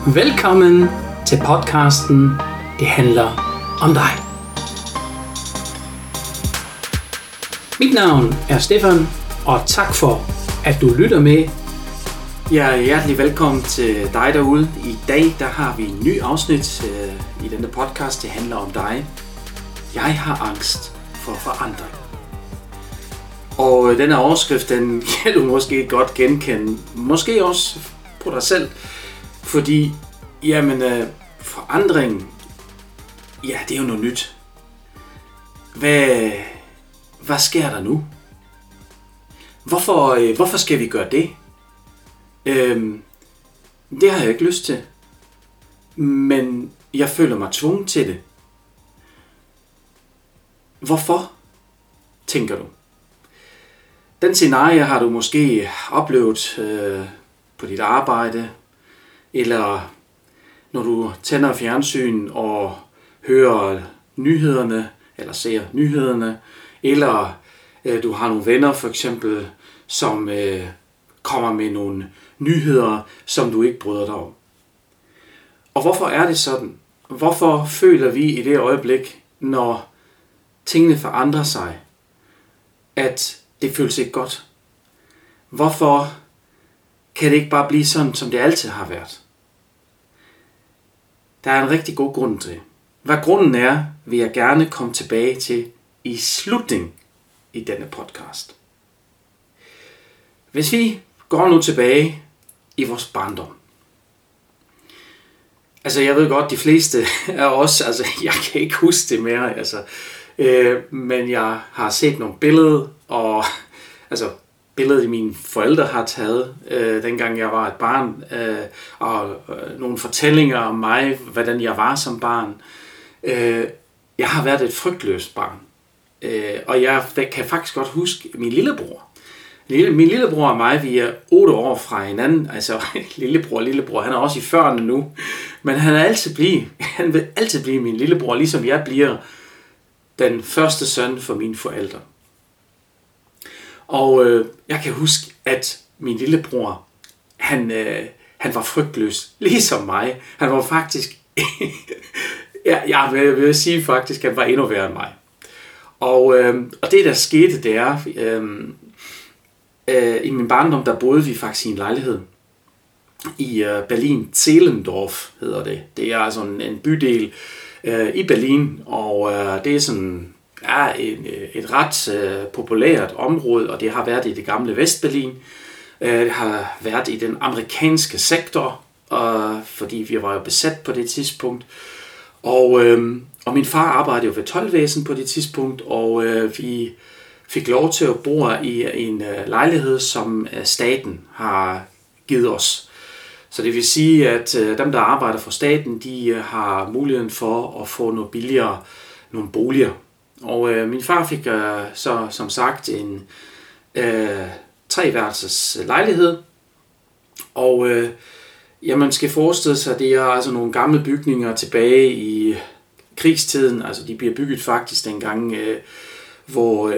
Velkommen til podcasten Det handler om dig. Mit navn er Stefan, og tak for, at du lytter med. Jeg er hjertelig velkommen til dig derude. I dag der har vi en ny afsnit i denne podcast. Det handler om dig. Jeg har angst for forandring. Og denne overskrift, den kan du måske godt genkende. Måske også på dig selv. Fordi, forandring, ja, det er jo noget nyt. Hvad sker der nu? Hvorfor skal vi gøre det? Det har jeg ikke lyst til. Men jeg føler mig tvunget til det. Hvorfor, tænker du? Den scenarie har du måske oplevet på dit arbejde, eller når du tænder fjernsyn og hører nyhederne, eller ser nyhederne, eller du har nogle venner for eksempel, som kommer med nogle nyheder, som du ikke bryder dig om. Og hvorfor er det sådan? Hvorfor føler vi i det øjeblik, når tingene forandrer sig, at det føles ikke godt? Hvorfor kan det ikke bare blive sådan, som det altid har været? Der er en rigtig god grund til. Hvad grunden er, vil jeg gerne komme tilbage til i slutningen i denne podcast. Hvis vi går nu tilbage i vores barndom. Altså jeg ved godt, de fleste af os, jeg kan ikke huske det mere, men jeg har set nogle billeder, og billedet mine forældre har taget, dengang jeg var et barn, og nogle fortællinger om mig, hvordan jeg var som barn. Jeg har været et frygtløst barn, og jeg kan faktisk godt huske min lillebror. Min lillebror og mig, vi er 8 år fra hinanden. Lillebror, han er også i 40'erne nu. Men han vil altid blive min lillebror, ligesom jeg bliver den første søn for mine forældre. Og jeg kan huske, at min lillebror, han var frygtløs, ligesom mig. Han var faktisk, jeg vil sige faktisk, at han var endnu værre end mig. Og det der skete, det er, i min barndom, der boede vi faktisk i en lejlighed i Berlin. Zehlendorf hedder det. Det er altså en bydel i Berlin, og det er sådan et ret populært område, og det har været i det gamle Vestberlin. Det har været i den amerikanske sektor, fordi vi var jo besat på det tidspunkt. Og min far arbejdede jo ved toldvæsen på det tidspunkt, og vi fik lov til at bo i en lejlighed, som staten har givet os. Så det vil sige, at dem, der arbejder for staten, de har muligheden for at få noget billigere nogle boliger. Og min far fik så som sagt en 3-værelses lejlighed. Og man skal forestille sig, at det er altså nogle gamle bygninger tilbage i krigstiden. Altså de bliver bygget faktisk dengang, hvor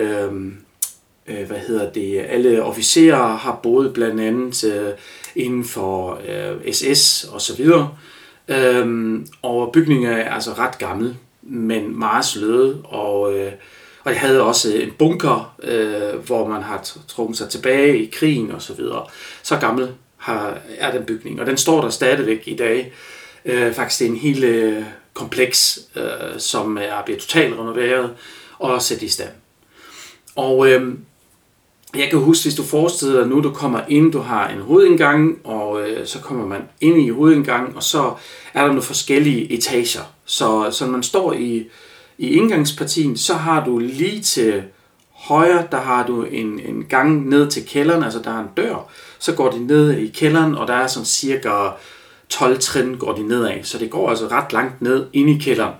alle officerer har boet blandt andet inden for SS og så videre. Og bygninger er altså ret gamle, men meget sløde, og jeg havde også en bunker, hvor man har trukket sig tilbage i krigen og så videre. Så gammel er den bygning, og den står der stadigvæk i dag. Faktisk det er en hel kompleks, som er blevet totalt renoveret og sat i stand. Og jeg kan huske, hvis du forestiller dig nu, du kommer ind, du har en hovedindgang, og så kommer man ind i hovedindgangen, og så er der nogle forskellige etager. Så når man står i indgangspartien, så har du lige til højre, der har du en gang ned til kælderen, altså der er en dør, så går de ned i kælderen, og der er sådan cirka 12 trin går de nedad, så det går altså ret langt ned ind i kælderen.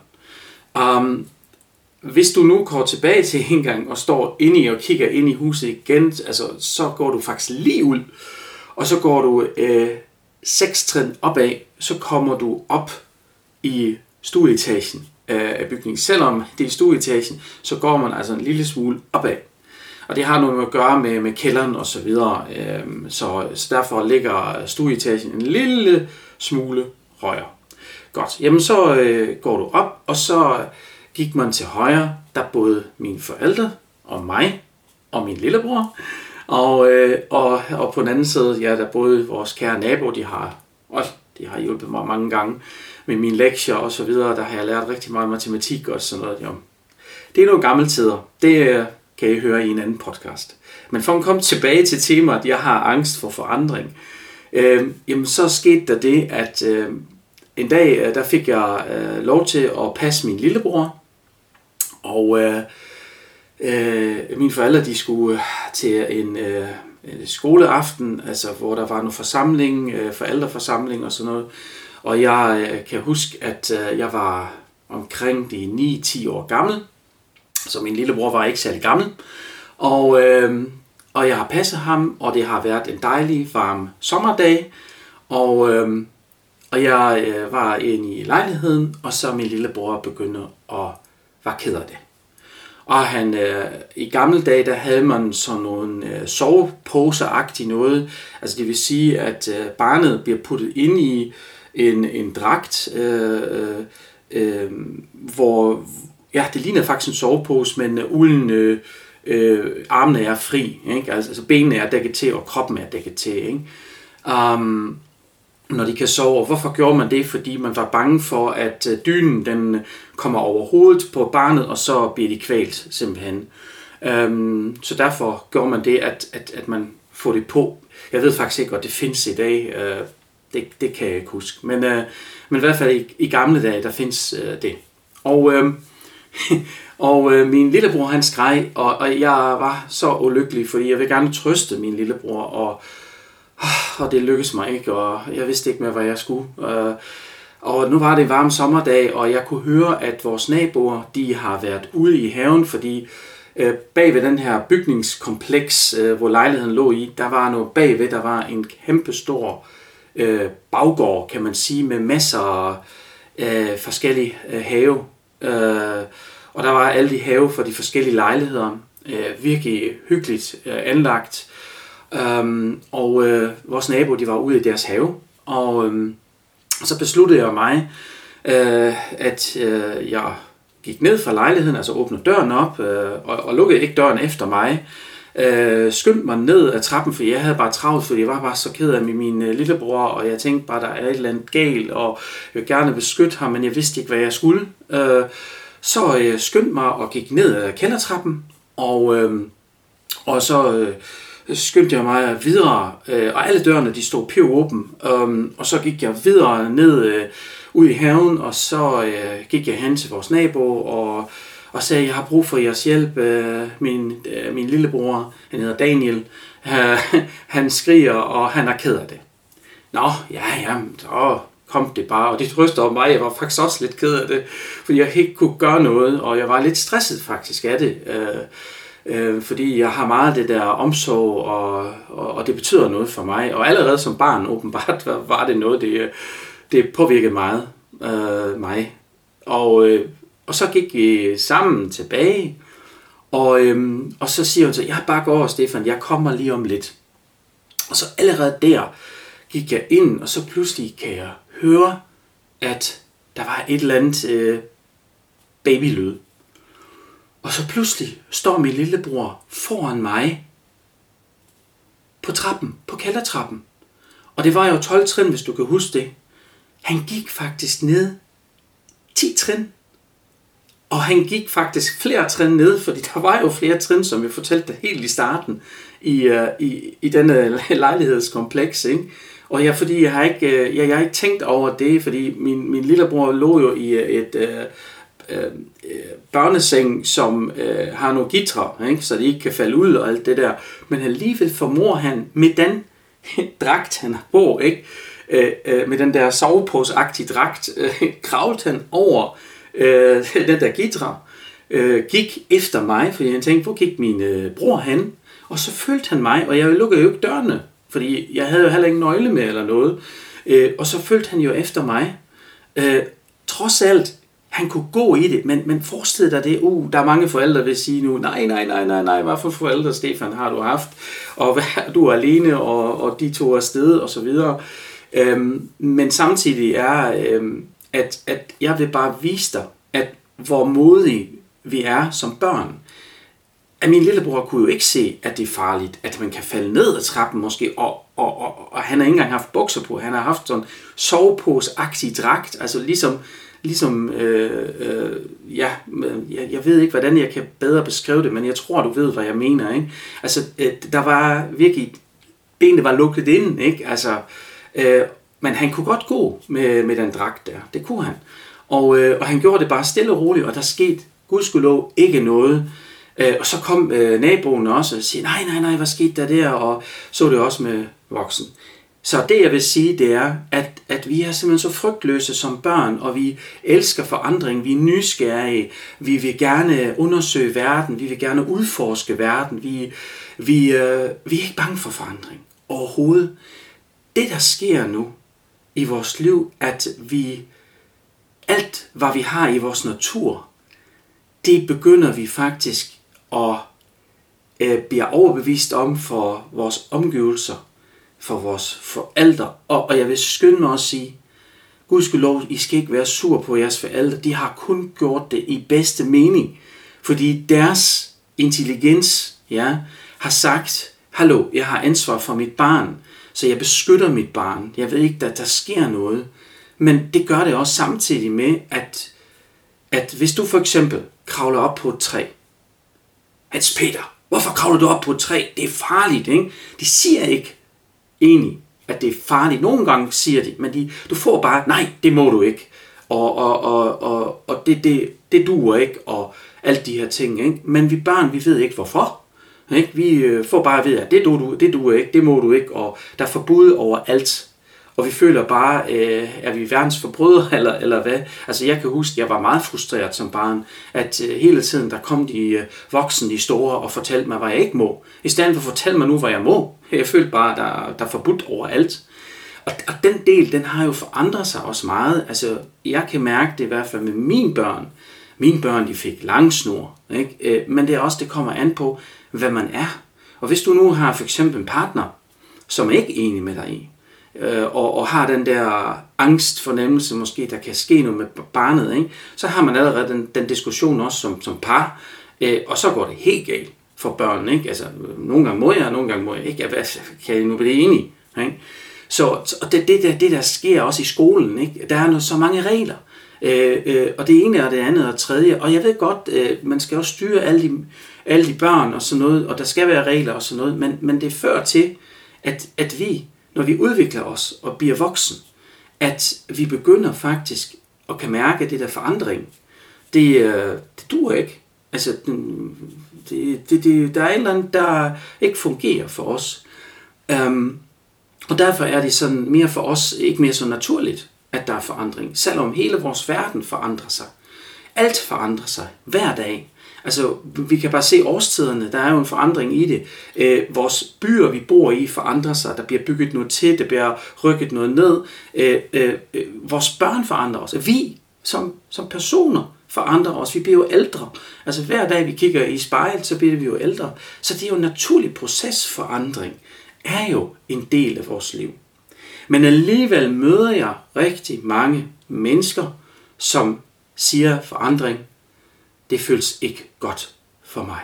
Hvis du nu går tilbage til indgang og står inde i og kigger ind i huset igen, så går du faktisk lige ud, og så går du 6 trin opad, så kommer du op i stueetagen af bygningen. Selvom det er stueetagen, så går man altså en lille smule opad. Og det har noget at gøre med kælderen og så videre. Så derfor ligger stueetagen en lille smule højre. Godt, jamen så går du op, og så gik man til højre, der boede mine forældre og mig og min lillebror. Og på den anden side, ja, der boede vores kære nabo, de har hjulpet mig mange gange med mine lektier og så videre. Der har jeg lært rigtig meget matematik og sådan noget. Jo. Det er nogle gamle tider. Det kan I høre i en anden podcast. Men for at komme tilbage til temaet, jeg har angst for forandring. Jamen så skete der det, at en dag, der fik jeg lov til at passe min lillebror. Og mine forældre, de skulle til en skoleaften, altså hvor der var noget forsamling, forældreforsamling og sådan noget. Og jeg kan huske, at jeg var omkring de 9-10 år gammel, så min lillebror var ikke særlig gammel. Og jeg har passet ham, og det har været en dejlig, varm sommerdag. Og jeg var inde i lejligheden, og så min lillebror begyndte at være ked af det. Og i gamle dage, der havde man sådan nogle soveposer-agtige noget. Altså det vil sige, at barnet bliver puttet ind i en dragt, hvor ja, det ligner faktisk en sovepose, men uden armene er fri. Ikke? Altså benene er dækket til, og kroppen er dækket til. Ikke? Når de kan sove. Og hvorfor gjorde man det? Fordi man var bange for, at dynen den kommer over hovedet på barnet, og så bliver de kvalt simpelthen. Så derfor gjorde man det, at man får det på. Jeg ved faktisk ikke, at det findes i dag. Det kan jeg ikke huske. Men i hvert fald i gamle dage, der findes det. Og min lillebror, han skreg, og jeg var så ulykkelig, fordi jeg vil gerne trøste min lillebror, og det lykkedes mig ikke, og jeg vidste ikke mere, hvad jeg skulle. Og nu var det en varm sommerdag, og jeg kunne høre, at vores naboer, de har været ude i haven, fordi bag ved den her bygningskompleks, hvor lejligheden lå i, der var noget bagved, der var en kæmpestor baggård, kan man sige, med masser af forskellige have. Og der var alle de have for de forskellige lejligheder, virkelig hyggeligt anlagt. Vores nabo, de var ude i deres have, og så besluttede jeg mig, at jeg gik ned fra lejligheden, altså åbnede døren op, og lukkede ikke døren efter mig, skyndte mig ned ad trappen, for jeg havde bare travlt, fordi jeg var bare så ked af med min lillebror, og jeg tænkte bare, der er et eller andet galt, og jeg ville gerne beskytte ham, men jeg vidste ikke, hvad jeg skulle. Så skyndte mig og gik ned ad kældertrappen, og så skyndte jeg mig videre, og alle dørene de stod pivåben, og så gik jeg videre ned ud i haven, og så gik jeg hen til vores nabo og sagde, jeg har brug for jeres hjælp. Min lillebror, han hedder Daniel, han skriger, og han er ked af det. Nå, så kom det bare, og det trøstede mig. Jeg var faktisk også lidt ked af det, fordi jeg ikke kunne gøre noget, og jeg var lidt stresset faktisk af det. Fordi jeg har meget det der omsorg, og det betyder noget for mig. Og allerede som barn, åbenbart, var det noget, det påvirkede meget mig. Og så gik vi sammen tilbage, og så siger hun så, jeg bare går over, Stefan, jeg kommer lige om lidt. Og så allerede der gik jeg ind, og så pludselig kan jeg høre, at der var et eller andet babylyd. Og så pludselig står min lillebror foran mig på trappen, på kældertrappen. Og det var jo 12 trin, hvis du kan huske det. Han gik faktisk ned 10 trin. Og han gik faktisk flere trin ned, fordi der var jo flere trin, som jeg fortalte dig helt i starten, i denne lejlighedskompleks, ikke? Og fordi jeg har ikke tænkt over det, fordi min lillebror lå jo i et børneseng, som har nogle gitre, ikke? Så de ikke kan falde ud og alt det der. Men alligevel formår han med den dragt, han har på, ikke? Med den der sovepose-agtige dragt, kravlte han over den der gitre, gik efter mig, fordi han tænkte, hvor gik min bror hen? Og så følte han mig, og jeg lukkede jo ikke dørene, fordi jeg havde jo heller ikke nøgle med eller noget. Og så følte han jo efter mig. Trods alt, han kunne gå i det, men forestil dig det, der er mange forældre, der vil sige nu, nej, hvad for forældre, Stefan, har du haft? Og du er alene, og de tog afsted, og så videre. Men samtidig er, at jeg vil bare vise dig, at hvor modige vi er som børn. At min lillebror kunne jo ikke se, at det er farligt, at man kan falde ned ad trappen måske, og han har ikke engang haft bukser på. Han har haft sådan sovepose-agtig dragt, altså jeg ved ikke, hvordan jeg kan bedre beskrive det, men jeg tror, du ved, hvad jeg mener, ikke? Altså, der var virkelig, benene var lukket ind, ikke? Altså, men han kunne godt gå med den dragt der, det kunne han. Og han gjorde det bare stille og roligt, og der skete, gudskelov, ikke noget. Og så kom naboen også og siger, nej, hvad skete der? Og så det også med voksen. Så det jeg vil sige, det er, at vi er simpelthen så frygtløse som børn, og vi elsker forandring, vi er nysgerrige, vi vil gerne undersøge verden, vi vil gerne udforske verden, vi er ikke bange for forandring overhovedet. Det der sker nu i vores liv, at alt hvad vi har i vores natur, det begynder vi faktisk at blive overbevist om for vores omgivelser, for vores forældre. Og jeg vil skynde mig at sige, gudskelov, I skal ikke være sur på jeres forældre. De har kun gjort det i bedste mening. Fordi deres intelligens har sagt, hallo, jeg har ansvar for mit barn, så jeg beskytter mit barn. Jeg ved ikke, at der sker noget. Men det gør det også samtidig med, at hvis du for eksempel kravler op på et træ. Hans Peter, hvorfor kravler du op på et træ? Det er farligt, ikke? De siger ikke egentlig, at det er farligt. Nogle gange siger de, men du får bare, nej, det må du ikke. Og det duer ikke, og alt de her ting, ikke? Men vi børn, vi ved ikke hvorfor. Ikke? Vi får bare at vide, at det duer ikke, det må du ikke, og der er forbud over alt. Og vi føler bare, er vi verdens forbrydere, eller hvad? Altså jeg kan huske, jeg var meget frustreret som barn, at hele tiden der kom de voksne, de store, og fortalte mig, hvad jeg ikke må. I stedet for at fortælle mig nu, hvad jeg må. Jeg følte bare, der er forbudt overalt. Og den del, den har jo forandret sig også meget. Altså jeg kan mærke det i hvert fald med mine børn. Mine børn, de fik langsnor, ikke? Men det er også, det kommer an på, hvad man er. Og hvis du nu har for eksempel en partner, som er ikke enig med dig i, og har den der angstfornemmelse, måske der kan ske noget med barnet, ikke? Så har man allerede den diskussion også som par, og så går det helt galt for børnene, ikke? Altså, nogle gange må jeg, nogle gange må jeg ikke. Kan I nu blive enige? Ikke? Så det der sker også i skolen, ikke? Der er så mange regler, og det ene og det andet og det tredje, og jeg ved godt, man skal også styre alle de børn og sådan noget, og der skal være regler og sådan noget, men det fører til, at vi, når vi udvikler os og bliver voksen, at vi begynder faktisk at kan mærke det der forandring. Det duer ikke. Altså, der er et eller andet, der ikke fungerer for os. Og derfor er det sådan mere for os ikke mere så naturligt, at der er forandring. Selvom hele vores verden forandrer sig. Alt forandrer sig hver dag. Altså, vi kan bare se årstiderne, der er jo en forandring i det. Vores byer, vi bor i, forandrer sig. Der bliver bygget noget til, der bliver rykket noget ned. Vores børn forandrer os. Vi som personer forandrer os. Vi bliver jo ældre. Altså, hver dag vi kigger i spejlet, så bliver vi jo ældre. Så det er jo en naturlig procesforandring. Er jo en del af vores liv. Men alligevel møder jeg rigtig mange mennesker, som siger forandring, det føles ikke godt for mig.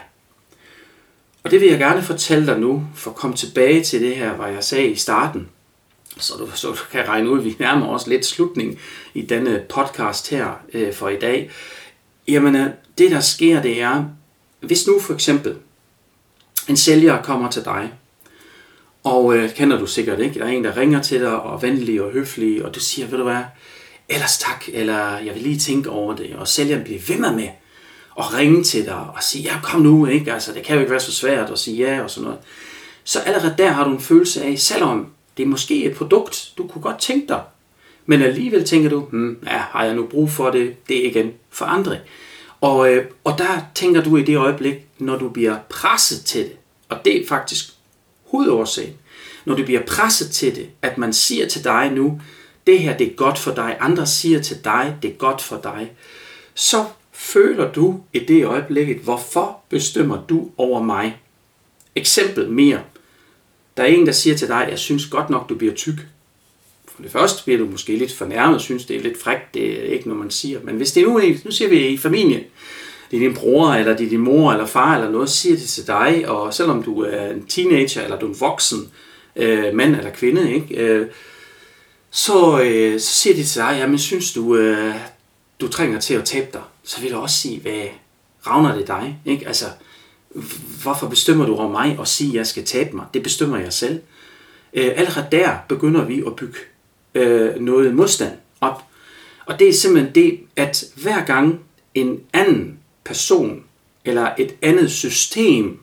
Og det vil jeg gerne fortælle dig nu, for at komme tilbage til det her, hvad jeg sagde i starten, så du kan regne ud, at vi nærmer os lidt slutning i denne podcast her for i dag. Jamen, det der sker, det er, hvis nu for eksempel en sælger kommer til dig, og kender du sikkert ikke, der er en, der ringer til dig, og venlig og høflig, og du siger, ved du hvad, ellers tak, eller jeg vil lige tænke over det, og sælgeren bliver ved med at ringe til dig, og sige, ja, kom nu, ikke, altså det kan jo ikke være så svært at sige ja, og sådan noget. Så allerede der har du en følelse af, selvom det er måske et produkt, du kunne godt tænke dig, men alligevel tænker du, har jeg nu brug for det, det er igen forandring. Og der tænker du i det øjeblik, når du bliver presset til det, og det er faktisk hovedårsagen, når du bliver presset til det, at man siger til dig nu, det her det er godt for dig, andre siger til dig, det er godt for dig, så føler du i det øjeblik, hvorfor bestemmer du over mig? Eksempel mere. Der er en, der siger til dig, jeg synes godt nok, du bliver tyk. For det første bliver du måske lidt fornærmet, synes det er lidt frækt, det er ikke noget, man siger. Men hvis det er nu siger vi i familien, det er din bror, eller det er din mor, eller far, eller noget, siger det til dig, og selvom du er en teenager, eller du er en voksen mand eller kvinde, ikke? Så siger de til dig, jamen synes du trænger til at tabe dig, så vil du også sige, hvad ravner det dig? Ikke? Altså, hvorfor bestemmer du over mig og sige, at jeg skal tabe mig? Det bestemmer jeg selv. Allerede der begynder vi at bygge noget modstand op. Og det er simpelthen det, at hver gang en anden person eller et andet system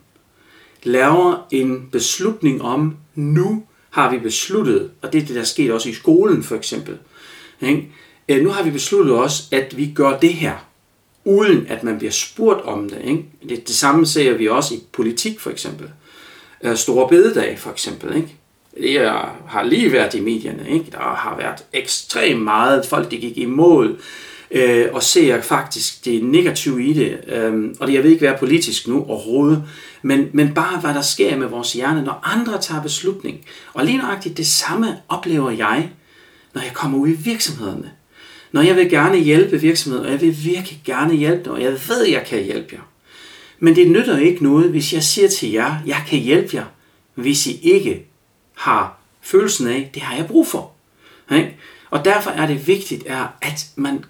laver en beslutning om, nu har vi besluttet, og det er det, der sker også i skolen for eksempel, ikke? Nu har vi besluttet os, at vi gør det her, uden at man bliver spurgt om det. Ikke? Det samme ser vi også i politik for eksempel. Store bededag for eksempel. Ikke? Det har lige været i medierne. Ikke? Der har været ekstremt meget folk, der gik imod, og ser faktisk det negative i det. Og jeg ved ikke, hvad er politisk nu overhovedet, men bare hvad der sker med vores hjerne, når andre tager beslutning. Og lige nøjagtigt det samme oplever jeg, når jeg kommer ud i virksomhederne. Når jeg vil gerne hjælpe virksomheder, og jeg vil virkelig gerne hjælpe dem, og jeg ved, jeg kan hjælpe jer. Men det nytter ikke noget, hvis jeg siger til jer, jeg kan hjælpe jer, hvis I ikke har følelsen af, det har jeg brug for. Og derfor er det vigtigt, at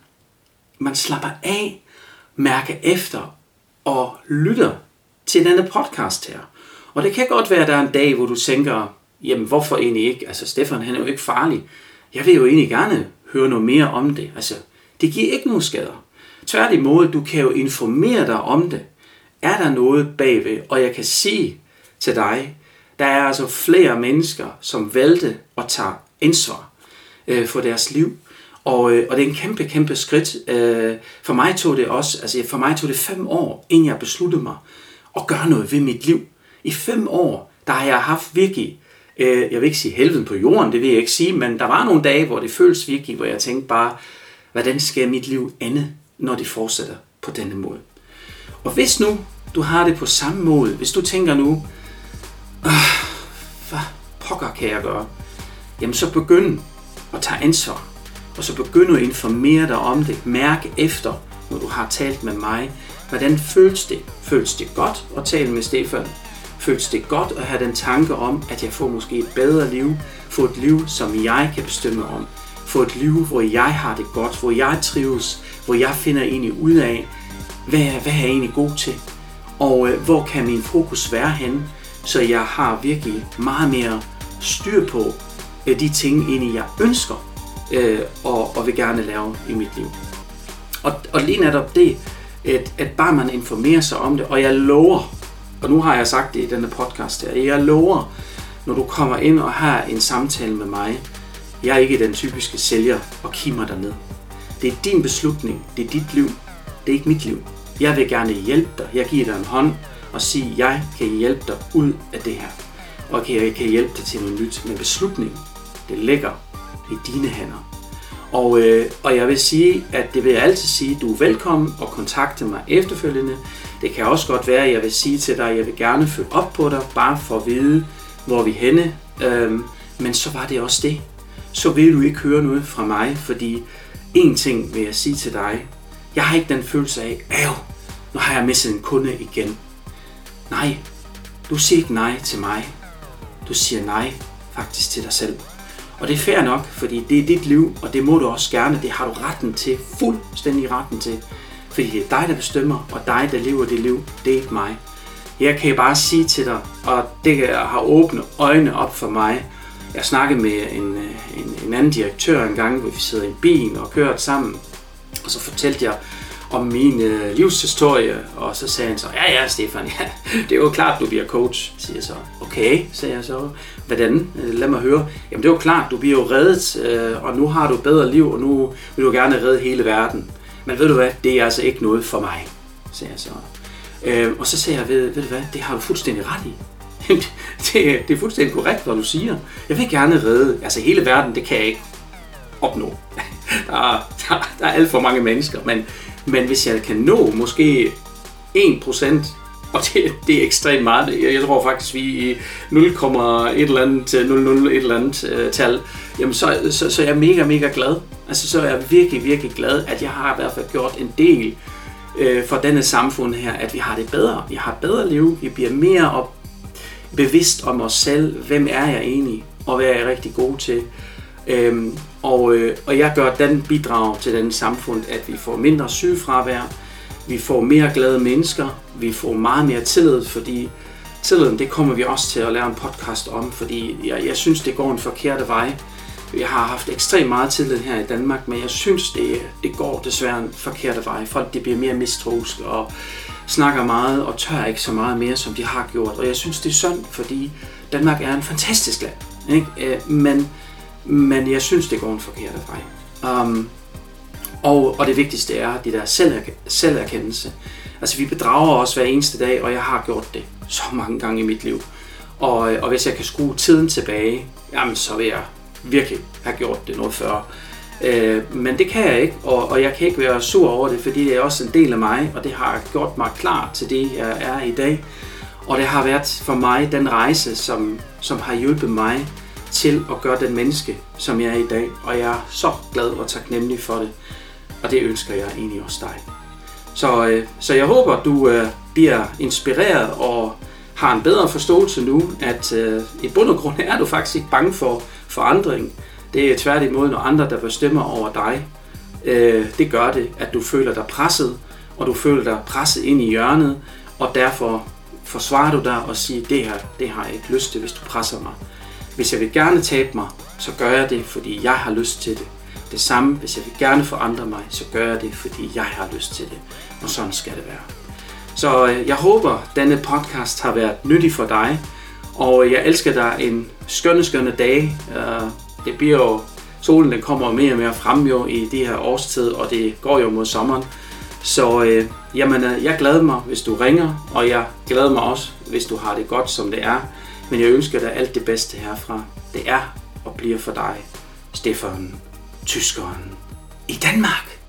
man slapper af, mærker efter og lytter til denne podcast her. Og det kan godt være, at der er en dag, hvor du tænker, jamen hvorfor egentlig ikke? Altså Stefan, han er jo ikke farlig. Jeg vil jo egentlig gerne høre noget mere om det. Altså, det giver ikke nogen skader. Tværtimod, du kan jo informere dig om det. Er der noget bagved? Og jeg kan sige til dig, der er altså flere mennesker, som valgte at tage ansvar for deres liv. Og det er en kæmpe, kæmpe skridt. For mig tog det 5 år, inden jeg besluttede mig at gøre noget ved mit liv. I 5 år, der har jeg haft virkelig, jeg vil ikke sige helveden på jorden, det vil jeg ikke sige, men der var nogle dage, hvor det føles virkelig, hvor jeg tænkte bare, hvordan skal mit liv ende, når det fortsætter på denne måde. Og hvis nu du har det på samme måde, hvis du tænker nu, hvad pokker kan jeg gøre? Jamen så begynd at tage ansvar, og så begynd at informere dig om det. Mærk efter, når du har talt med mig, hvordan føles det? Føles det godt at tale med Stefan? Føles det godt at have den tanke om, at jeg får måske et bedre liv, få et liv, som jeg kan bestemme om, få et liv, hvor jeg har det godt, hvor jeg trives, hvor jeg finder egentlig ud af, hvad er jeg egentlig god til, og hvor kan min fokus være henne, så jeg har virkelig meget mere styr på de ting, egentlig jeg ønsker og vil gerne lave i mit liv. Og lige netop det, at bare man informerer sig om det, og jeg lover, og nu har jeg sagt det i denne podcast her, jeg lover, når du kommer ind og har en samtale med mig, jeg er ikke den typiske sælger og kimmer dig ned. Det er din beslutning, det er dit liv, det er ikke mit liv. Jeg vil gerne hjælpe dig, jeg giver dig en hånd og siger, jeg kan hjælpe dig ud af det her. Og jeg kan hjælpe dig til noget nyt, men beslutningen, det ligger i dine hænder. Og jeg vil sige, at det vil jeg altid sige, du er velkommen og kontakte mig efterfølgende. Det kan også godt være, at jeg vil sige til dig, at jeg vil gerne følge op på dig, bare for at vide, hvor vi er henne. Men så var det også det. Så vil du ikke høre noget fra mig, fordi en ting vil jeg sige til dig. Jeg har ikke den følelse af, nu har jeg mistet en kunde igen. Nej, du siger ikke nej til mig. Du siger nej faktisk til dig selv. Og det er fair nok, fordi det er dit liv, og det må du også gerne. Det har du retten til, fuldstændig retten til. Fordi det er dig, der bestemmer, og dig, der lever det liv. Det er ikke mig. Jeg kan bare sige til dig, og det har åbnet øjnene op for mig. Jeg snakkede med en anden direktør en gang, hvor vi sidder i en bil og kører sammen. Og så fortalte jeg om min livshistorie, og så sagde han så, ja Stefan, ja, det er jo klart, du bliver coach, siger jeg så. Okay, sagde jeg så. Hvordan? Lad mig høre. Jamen det er jo klart, du bliver jo reddet, og nu har du et bedre liv, og nu vil du gerne redde hele verden. Men ved du hvad, det er altså ikke noget for mig, sagde jeg så. Og så sagde jeg, ved du hvad, det har du fuldstændig ret i. Det er fuldstændig korrekt, hvad du siger. Jeg vil gerne redde, altså hele verden, det kan jeg ikke opnå. Der er alt for mange mennesker, men hvis jeg kan nå måske 1% og det er ekstremt meget. Jeg tror faktisk, vi i 0,1 eller andet til 0,0 et eller andet tal, jamen så er jeg mega, mega glad. Altså så er jeg virkelig, virkelig glad, at jeg har i hvert fald gjort en del for denne samfund her, at vi har det bedre. Vi har et bedre liv, vi bliver mere bevidst om os selv. Hvem er jeg egentlig, og hvad er jeg rigtig god til? Og jeg gør den bidrag til den samfund, at vi får mindre sygefravær, vi får mere glade mennesker, vi får meget mere tillid, fordi tilliden, det kommer vi også til at lave en podcast om, fordi jeg synes, det går en forkerte vej. Jeg har haft ekstremt meget tillid her i Danmark, men jeg synes, det går desværre en forkerte vej. Folk bliver mere mistroiske og snakker meget og tør ikke så meget mere, som de har gjort. Og jeg synes, det er synd, fordi Danmark er en fantastisk land, ikke? Men jeg synes, det går en forkerte vej. Og det vigtigste er det der selverkendelse. Altså vi bedrager os hver eneste dag, og jeg har gjort det så mange gange i mit liv. Og hvis jeg kan skrue tiden tilbage, jamen så vil jeg virkelig have gjort det noget før. Men det kan jeg ikke, og jeg kan ikke være sur over det, fordi det er også en del af mig, og det har gjort mig klar til det, jeg er i dag. Og det har været for mig den rejse, som har hjulpet mig til at gøre den menneske, som jeg er i dag. Og jeg er så glad og taknemmelig for det, og det ønsker jeg egentlig også dig. Så jeg håber, du bliver inspireret og har en bedre forståelse nu, at i bund og grund er du faktisk ikke bange for forandring. Det er tværtimod nogle andre, der bestemmer over dig. Det gør det, at du føler dig presset, og du føler dig presset ind i hjørnet, og derfor forsvarer du dig og siger, det har jeg ikke lyst til, hvis du presser mig. Hvis jeg vil gerne tabe mig, så gør jeg det, fordi jeg har lyst til det. Det samme, hvis jeg vil gerne forandre mig, så gør jeg det, fordi jeg har lyst til det. Og sådan skal det være. Så jeg håber, denne podcast har været nyttig for dig. Og jeg elsker dig en skønne dag. Det bliver jo, solen den kommer mere og mere frem jo i de her årstid, og det går jo mod sommeren. Så jeg glæder mig, hvis du ringer, og jeg glæder mig også, hvis du har det godt, som det er. Men jeg ønsker dig alt det bedste herfra. Det er og bliver for dig, Stefan, tyskeren i Danmark.